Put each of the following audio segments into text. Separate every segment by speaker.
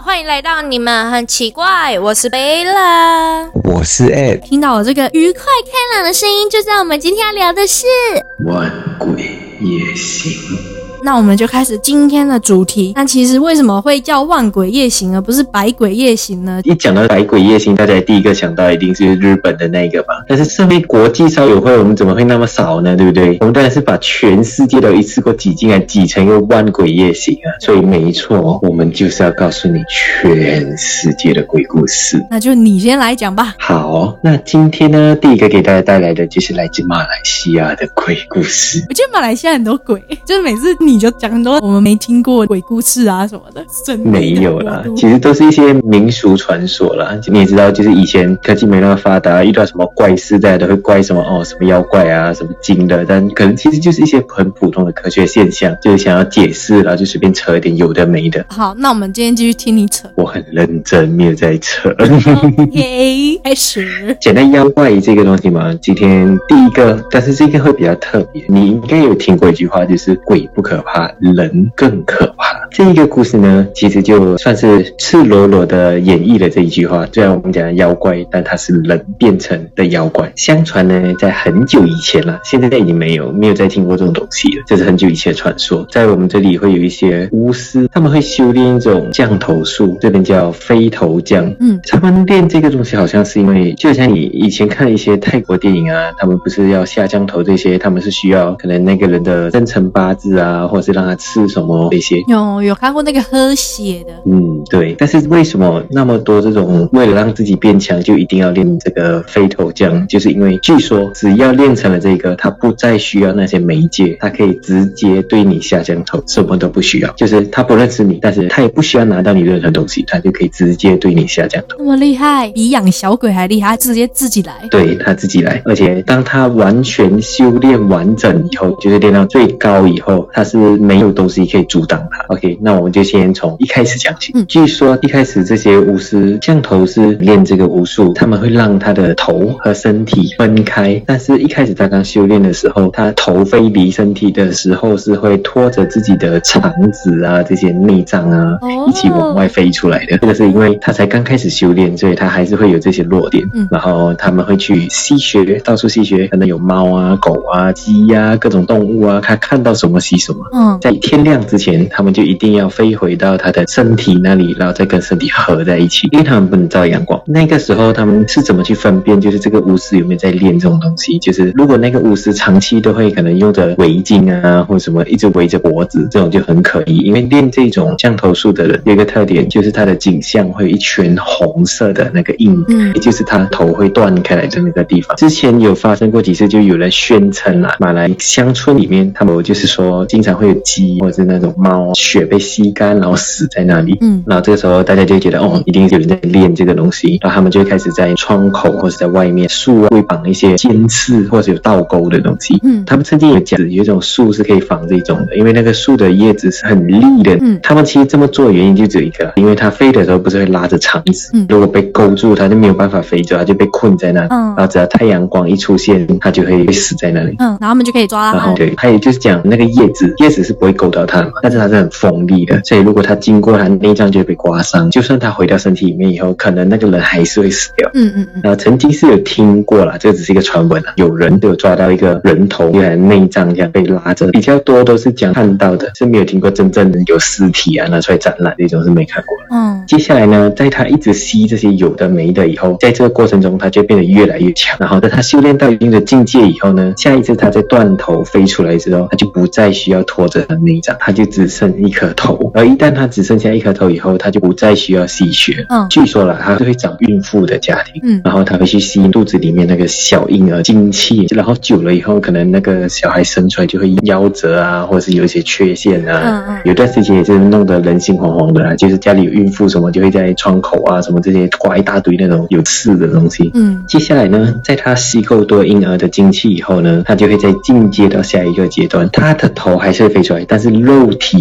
Speaker 1: 欢迎来到你们很奇怪，我是贝拉，
Speaker 2: 我是 Ed。
Speaker 1: 听到我这个愉快开朗的声音，就知道我们今天要聊的是
Speaker 2: 万鬼夜行。
Speaker 1: 那我们就开始今天的主题。那其实为什么会叫万鬼夜行而不是百鬼夜行呢？
Speaker 2: 一讲到百鬼夜行，大家第一个想到一定是日本的那个吧。但是身为国际烧友会，我们怎么会那么少呢？对不对？我们当然是把全世界都一次过挤进来，挤成一个万鬼夜行啊！所以没错，我们就是要告诉你全世界的鬼故事。
Speaker 1: 那就你先来讲吧。
Speaker 2: 好，那今天呢，第一个给大家带来的就是来自马来西亚的鬼故事。
Speaker 1: 我觉得马来西亚很多鬼，就是每次你就讲很多我们没听过鬼故事啊什么的。
Speaker 2: 没有啦，其实都是一些民俗传说啦。你也知道，就是以前科技没那么发达，遇到什么怪事，大家都会怪什么什么妖怪啊，什么精的，但可能其实就是一些很普通的科学现象，就是想要解释，然后就随便扯一点有的没的。
Speaker 1: 好，那我们今天继续听你扯。
Speaker 2: 我很认真，没有在扯。
Speaker 1: 耶，开始。
Speaker 2: 讲到妖怪这个东西嘛，今天第一个，但是这个会比较特别，你应该有听过一句话，就是鬼不可怕，人更可怕。这一个故事呢，其实就算是赤裸裸的演绎了这一句话。虽然我们讲妖怪，但它是人变成的妖怪。相传呢，在很久以前啦，现在已经没有再听过这种东西了，这是很久以前的传说。在我们这里会有一些巫师，他们会修炼一种降头术，这边叫飞头降。他们练这个东西好像是因为，就像你以前看一些泰国电影啊，他们不是要下降头这些，他们是需要可能那个人的生辰八字啊，或者是让他吃什么这些。
Speaker 1: 有看过那个喝血的。
Speaker 2: 对。但是为什么那么多这种为了让自己变强就一定要练这个飞头降？就是因为据说只要练成了这个，他不再需要那些媒介，他可以直接对你下降头，什么都不需要。就是他不认识你，但是他也不需要拿到你任何东西，他就可以直接对你下降头。
Speaker 1: 那么厉害，比养小鬼还厉害，直接自己来。
Speaker 2: 对，他自己来。而且当他完全修炼完整以后，就是练到最高以后，他是没有东西可以阻挡他。OK， 那我们就先从一开始讲起。据说一开始这些巫师降头是练这个巫术，他们会让他的头和身体分开，但是一开始他刚修炼的时候，他头飞离身体的时候是会拖着自己的肠子啊，这些内脏啊一起往外飞出来的。这个是因为他才刚开始修炼，所以他还是会有这些弱点。然后他们会去吸血，到处吸血，可能有猫啊、狗啊、鸡啊，各种动物啊，他看到什么吸什么。在天亮之前，他们就一定要飞回到他的身体那里，然后再跟身体合在一起，因为他们不能照阳光。那个时候他们是怎么去分辨，就是这个巫师有没有在练这种东西？就是如果那个巫师长期都会可能用着围巾啊，或者什么一直围着脖子，这种就很可疑。因为练这种降头术的人有一个特点，就是他的颈项会有一圈红色的那个印，也就是他头会断开来的那个地方。之前有发生过几次，就有人宣称啊，马来乡村里面他们就是说经常会有鸡或者是那种猫血被吸干，然后死在那里。然后这个时候大家就会觉得一定是有人在练这个东西，然后他们就会开始在窗口或者在外面树会绑一些尖刺或者有倒钩的东西。他们曾经有讲有一种树是可以仿这种的，因为那个树的叶子是很利的。他们其实这么做的原因就只有一个，因为它飞的时候不是会拉着肠子，如果被勾住它就没有办法飞走，它就被困在那里。然后只要太阳光一出现，它就会死在那里。
Speaker 1: 然后他们就可以抓到它。
Speaker 2: 对，还有就是讲那个叶子是不会勾到它的嘛，但是它是很锋利的，所以如果它经过它内脏就会被刮伤，就算它回到身体里面以后，可能那个人还是会死掉。然后曾经是有听过啦，这个只是一个传闻啦，有人都有抓到一个人头就还内脏这样被拉着，比较多都是讲看到的，是没有听过真正有尸体啊拿出来展览这种是没看过的。接下来呢，在他一直吸这些有的没的以后，在这个过程中他就变得越来越强，然后在他修炼到一定的境界以后呢，下一次他在断头飞出来之后，他就不再需要拖着他内脏，他就只剩一颗头。而一旦他只剩下一颗头以后，他就不再需要吸血。据说啦，他就会找孕妇的家庭，然后他会去吸肚子里面那个小婴儿精气，然后久了以后，可能那个小孩生出来就会夭折啊，或者是有一些缺陷啊。有段时间也是弄得人心惶惶的啦，就是家里有孕妇什么就会在窗口啊什么这些挂一大堆那种有刺的东西。接下来呢，在他吸够多婴儿的精气以后呢，他就会再进阶到下一个阶段，他的头还是会飞出来，但是肉体的头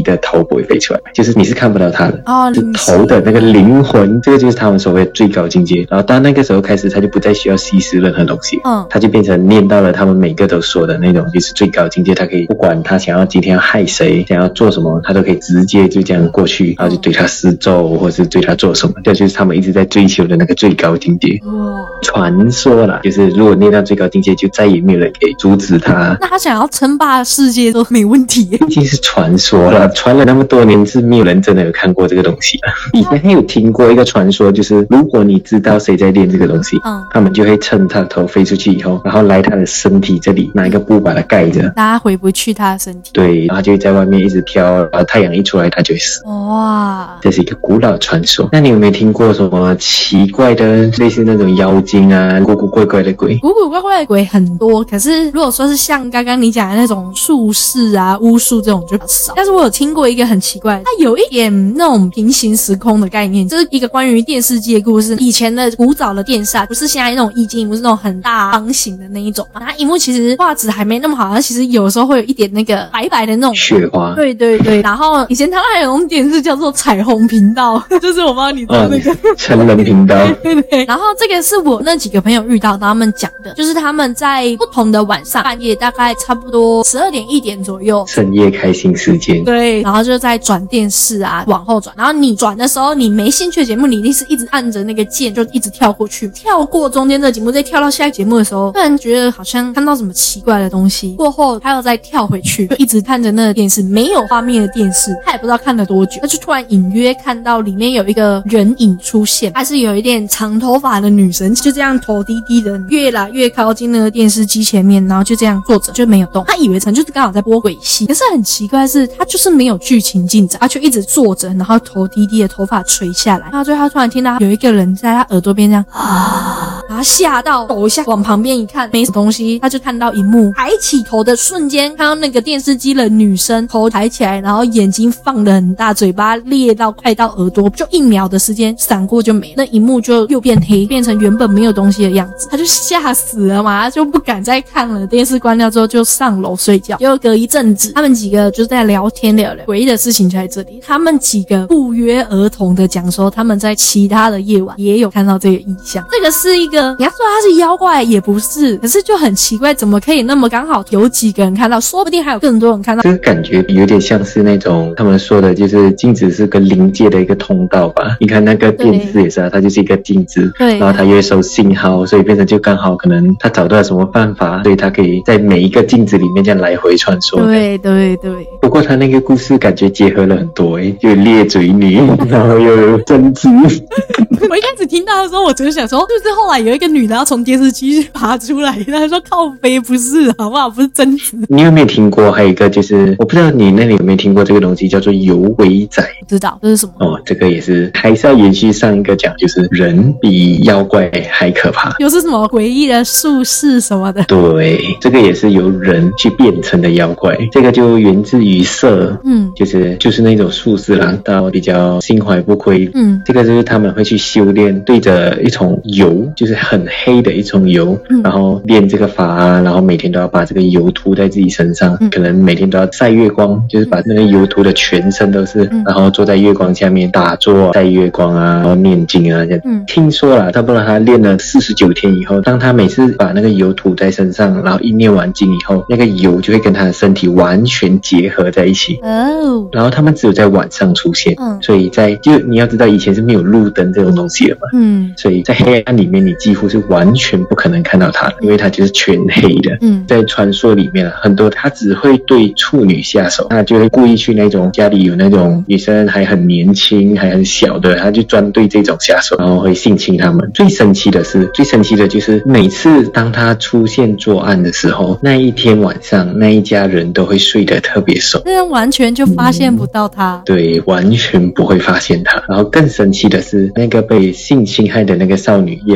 Speaker 2: 不会飞出来，就是你是看不到它的
Speaker 1: 哦，
Speaker 2: 是头的那个灵魂，这个就是他们所谓的最高境界。然后到那个时候开始，他就不再需要吸食任何东西，他就变成念到了他们每个都说的那种，就是最高境界。他可以不管他想要今天要害谁，想要做什么，他都可以直接就这样过去，然后就对他施咒，或者是对他做什么，这就是他们一直在追求的那个最高境界。传说啦，就是如果念到最高境界，就再也没有人可以阻止他。
Speaker 1: 那他想要称霸世界都没问题耶。
Speaker 2: 毕竟是传说了，传了那么多年，是没有人真的有看过这个东西了。以前还有听过一个传说，就是如果你知道谁在练这个东西，他们就会趁他的头飞出去以后，然后来他的身体这里拿一个布把它盖着，
Speaker 1: 大家回不去他的身体。
Speaker 2: 对，然后他就会在外面一直飘，然后太阳一出来他就会死。
Speaker 1: 哇，
Speaker 2: 这是一个古老传说。那你有没有听过什么奇怪的，类似那种妖精啊，古古怪怪的鬼？
Speaker 1: 古古怪怪的鬼很多，可是如果说是像刚刚你讲的那种术士啊、巫术这种就比较少。但是我有听过一个很奇怪，它有一点那种平行时空的概念，这是一个关于电视机的故事。以前的古早的电视啊，不是现在那种液晶荧幕，是那种很大方形的那一种嘛。它荧幕其实画质还没那么好，它其实有时候会有一点那个白白的那种
Speaker 2: 雪花。
Speaker 1: 对对对，然后以前台湾还有种电视叫做彩虹频道，就是我不知道你知道那个
Speaker 2: 成人频道。
Speaker 1: 对对对。然后这个是我那几个朋友遇到，他们讲的，就是他们在不同的晚上，半夜大概差不多12点1点左右，
Speaker 2: 深夜开心时间。
Speaker 1: 对，然后就在转电视啊，往后转。然后你转的时候，你没兴趣的节目，你一定是一直按着那个键，就一直跳过去，跳过中间的节目，再跳到下一个节目的时候，突然觉得好像看到什么奇怪的东西，过后他又再跳回去，就一直看着那个电视，没有画面的电视，他也不知道看了多久，他就突然隐约看到里面有一个人影出现，还是有一点长头发的女生，就这样头低低的，越来越靠近那个电视机前面，然后就这样坐着，就没有动。他以为可能就是刚好在播鬼戏，可是很奇怪的是，他就是没有剧情进展，他就一直坐着，然后头低低的，头发垂下来，然后最后他突然听到有一个人在他耳朵边这样然后吓到抖一下，往旁边一看，没什么东西，他就看到荧幕，抬起头的瞬间，看到那个电视机的女生头抬起来，然后眼睛放得很大，嘴巴裂到快到耳朵，就1秒的时间闪过就没了，那荧幕就又变黑，变成原本没有东西的样子，他就吓死了嘛，他就不敢再看了，电视关掉之后就上楼睡觉。结果隔一阵子，他们几个就在聊天聊诡异的事情就在这里，他们几个不约而同的讲说他们在其他的夜晚也有看到这个异象。这个是一个你要说他是妖怪也不是，可是就很奇怪，怎么可以那么刚好有几个人看到，说不定还有更多人看到。
Speaker 2: 这个感觉有点像是那种他们说的就是镜子是个临界的一个通道吧。你看那个电视也是啊，它就是一个镜子，
Speaker 1: 对，
Speaker 2: 然后它又收信号，所以变成就刚好可能他找到了什么办法，所以他可以在每一个镜子里面这样来回穿梭。
Speaker 1: 对对对。
Speaker 2: 不过他那个故事感觉结合了很多就裂嘴女，然后又有贞子。
Speaker 1: 我一开始听到的时候，我只是想说，就是后来有一个女的要从电视机爬出来，她说靠背不是好不好，不是贞子。
Speaker 2: 你有没有听过还有一个就是我不知道你那里有没有听过这个东西叫做游尾仔？
Speaker 1: 知道这是什么？
Speaker 2: 这个也是还是要延续上一个讲，就是人比妖怪还可怕，
Speaker 1: 又是什么诡异的术士什么的。
Speaker 2: 对，这个也是由人去变成的妖怪，这个就源自于色，就是那种术士啦，到比较心怀不轨，这个就是他们会去修炼，对着一种油，就是很黑的一种油，然后练这个法啊，然后每天都要把这个油涂在自己身上，可能每天都要晒月光，就是把那个油涂的全身都是，然后坐在月光下面打坐晒月光啊，然后念经啊这样。听说啦，他不然他练了49天以后，当他每次把那个油涂在身上，然后一念完经以后，那个油就会跟他的身体完全结合在一起。然后他们只有在晚上出现，所以就你要知道以前是没有路灯这种东西的嘛，所以在黑暗里面你几乎是完全不可能看到它的，因为它就是全黑的。在传说里面很多他只会对处女下手，他就会故意去那种家里有那种女生还很年轻还很小的，他就专对这种下手，然后会性侵他们。最神奇的就是每次当他出现作案的时候，那一天晚上那一家人都会睡得特别熟，
Speaker 1: 那完全就发现不到他。
Speaker 2: 对，完全不会发现他。然后更神奇的是，那个被性侵害的那个少女也不会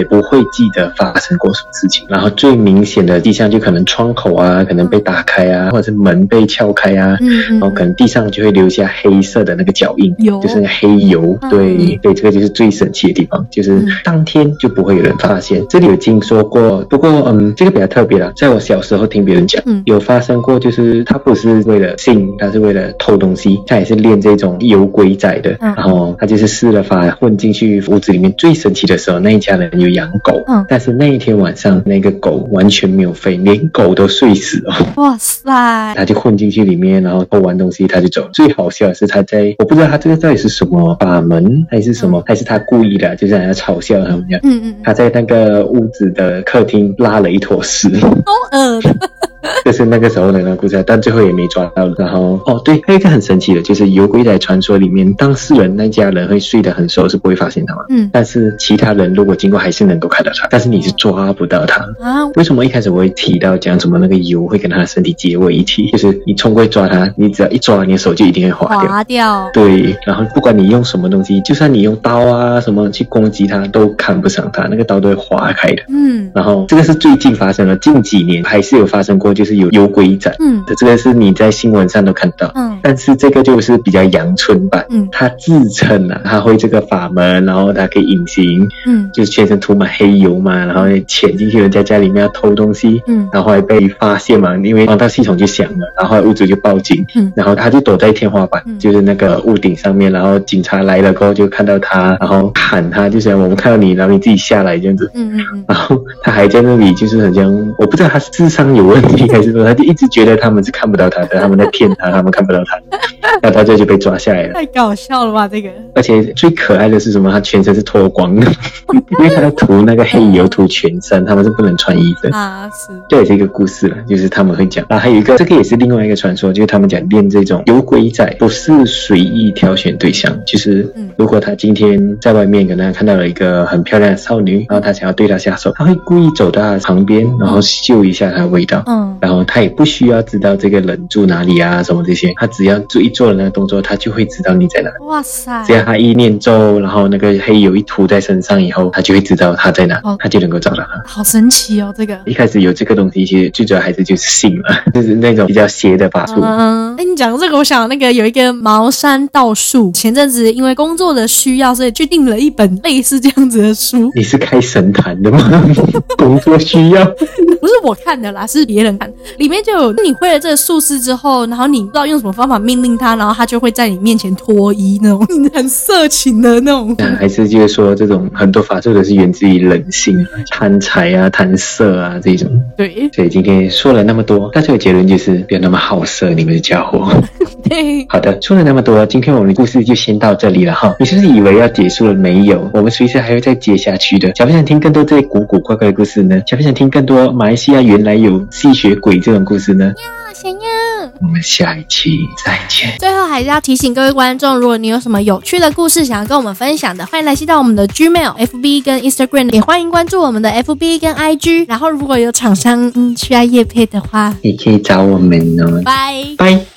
Speaker 2: 记得发生过什么事情。然后最明显的迹象就可能窗口啊可能被打开啊，或者是门被撬开啊，然后可能地上就会留下黑色的那个脚印，就是那个黑油。对，这个就是最神奇的地方，就是当天就不会有人发现。这里有听说过，不过这个比较特别啦，在我小时候听别人讲，有发生过，就是他不是为了性，他是为了偷东西，他也是练这种游鬼仔的，然后他就是施了法混进去屋子里面。最神奇的时候，那一家人有养狗，但是那一天晚上那个狗完全没有吠，连狗都睡死了。
Speaker 1: 哇塞！
Speaker 2: 他就混进去里面，然后偷完东西他就走了。最好笑的是他在，我不知道他这个到底是什么法门还是什么，还是他故意的，就是想要嘲笑他们这样。他在那个屋子的客厅拉了一坨屎，就是那个时候的那个故事，但最后也没抓到。然后对，还有一个很神奇的，就是游鬼仔传说里面，当事人那家人会睡得很熟，是不会发现他嘛。但是其他人如果经过还是能够看到他，但是你是抓不到他啊。为什么一开始我会提到讲什么那个油会跟他的身体结为一体？就是你冲过去抓他，你只要一抓，你的手就一定会划掉。对，然后不管你用什么东西，就算你用刀啊什么去攻击他，都看不上他，那个刀都会划开的。然后这个是最近发生的，近几年还是有发生过，就是有游鬼仔。这个是你在新闻上都看到。但是这个就是比较阳春版。他自称啊，他会这个法门，然后他可以隐形，就是全身涂满黑油嘛，然后潜进去人家家里面要偷东西，然后还被发现嘛，因为防盗系统就响了，然后屋主就报警，然后他就躲在天花板，就是那个屋顶上面，然后警察来了过后就看到他，然后喊他，就想我们看到你，然后你自己下来这样子。然后他还在那里，就是好像我不知道他是智商有问题还是什么，他就一直觉得他们是看不到他的，他们在骗他，他们看不到他，然后他就被抓下来了。
Speaker 1: 太搞笑了吧这个！
Speaker 2: 而且最可爱的是什么？他全身是脱光的，因为他要涂那个黑油涂全身，他们是不能穿衣服啊。是，这也是一个故事了，就是他们会讲。然后还有一个，这个也是另外一个传说，就是他们讲练这种游鬼仔不是随意挑选对象，就是如果他今天在外面可能看到了一个很漂亮的少女，然后他想要对她下手，他会故意走到她旁边，然后嗅一下她的味道，然后他也不需要知道这个人住哪里啊什么这些，他只要一做了那个动作，他就会知道你在哪。哇塞！只要他一念咒，然后那个黑油一涂在身上以后，他就会知道他在哪，他就能够找到他。
Speaker 1: 好神奇哦，这个
Speaker 2: 一开始有这个东西，其实最主要还是就是信了，就是那种比较邪的法术。
Speaker 1: 你讲这个，我想那个有一个茅山道术，前阵子因为工作的需要，所以去订了一本类似这样子的书。
Speaker 2: 你是开神坛的吗？工作需要？
Speaker 1: 不是我看的啦，是别人看。里面就有你会了这个术式之后，然后你不知道用什么方法命令他，然后他就会在你面前脱衣那种很色情的那种。
Speaker 2: 还是就是说这种很多法术都是源自于人性，贪财啊、贪色啊这种。对，所以今天说了那么多，大家的结论就是不要那么好色，你们的家伙。对，好的，说了那么多，今天我们的故事就先到这里了哈。你是不是以为要结束了？没有，我们随时还会再接下去的。想不想听更多这些古古怪怪的故事呢？想不想听更多马来西亚原来有吸血鬼这种故事呢？想要。我们下一期再见。
Speaker 1: 最后还是要提醒各位观众，如果你有什么有趣的故事想要跟我们分享的，欢迎来信到我们的 Gmail、FB 跟 Instagram， 也欢迎关注我们的 FB 跟 IG。然后如果有厂商需要业配的话，
Speaker 2: 也可以找我们哦。
Speaker 1: 拜
Speaker 2: 拜。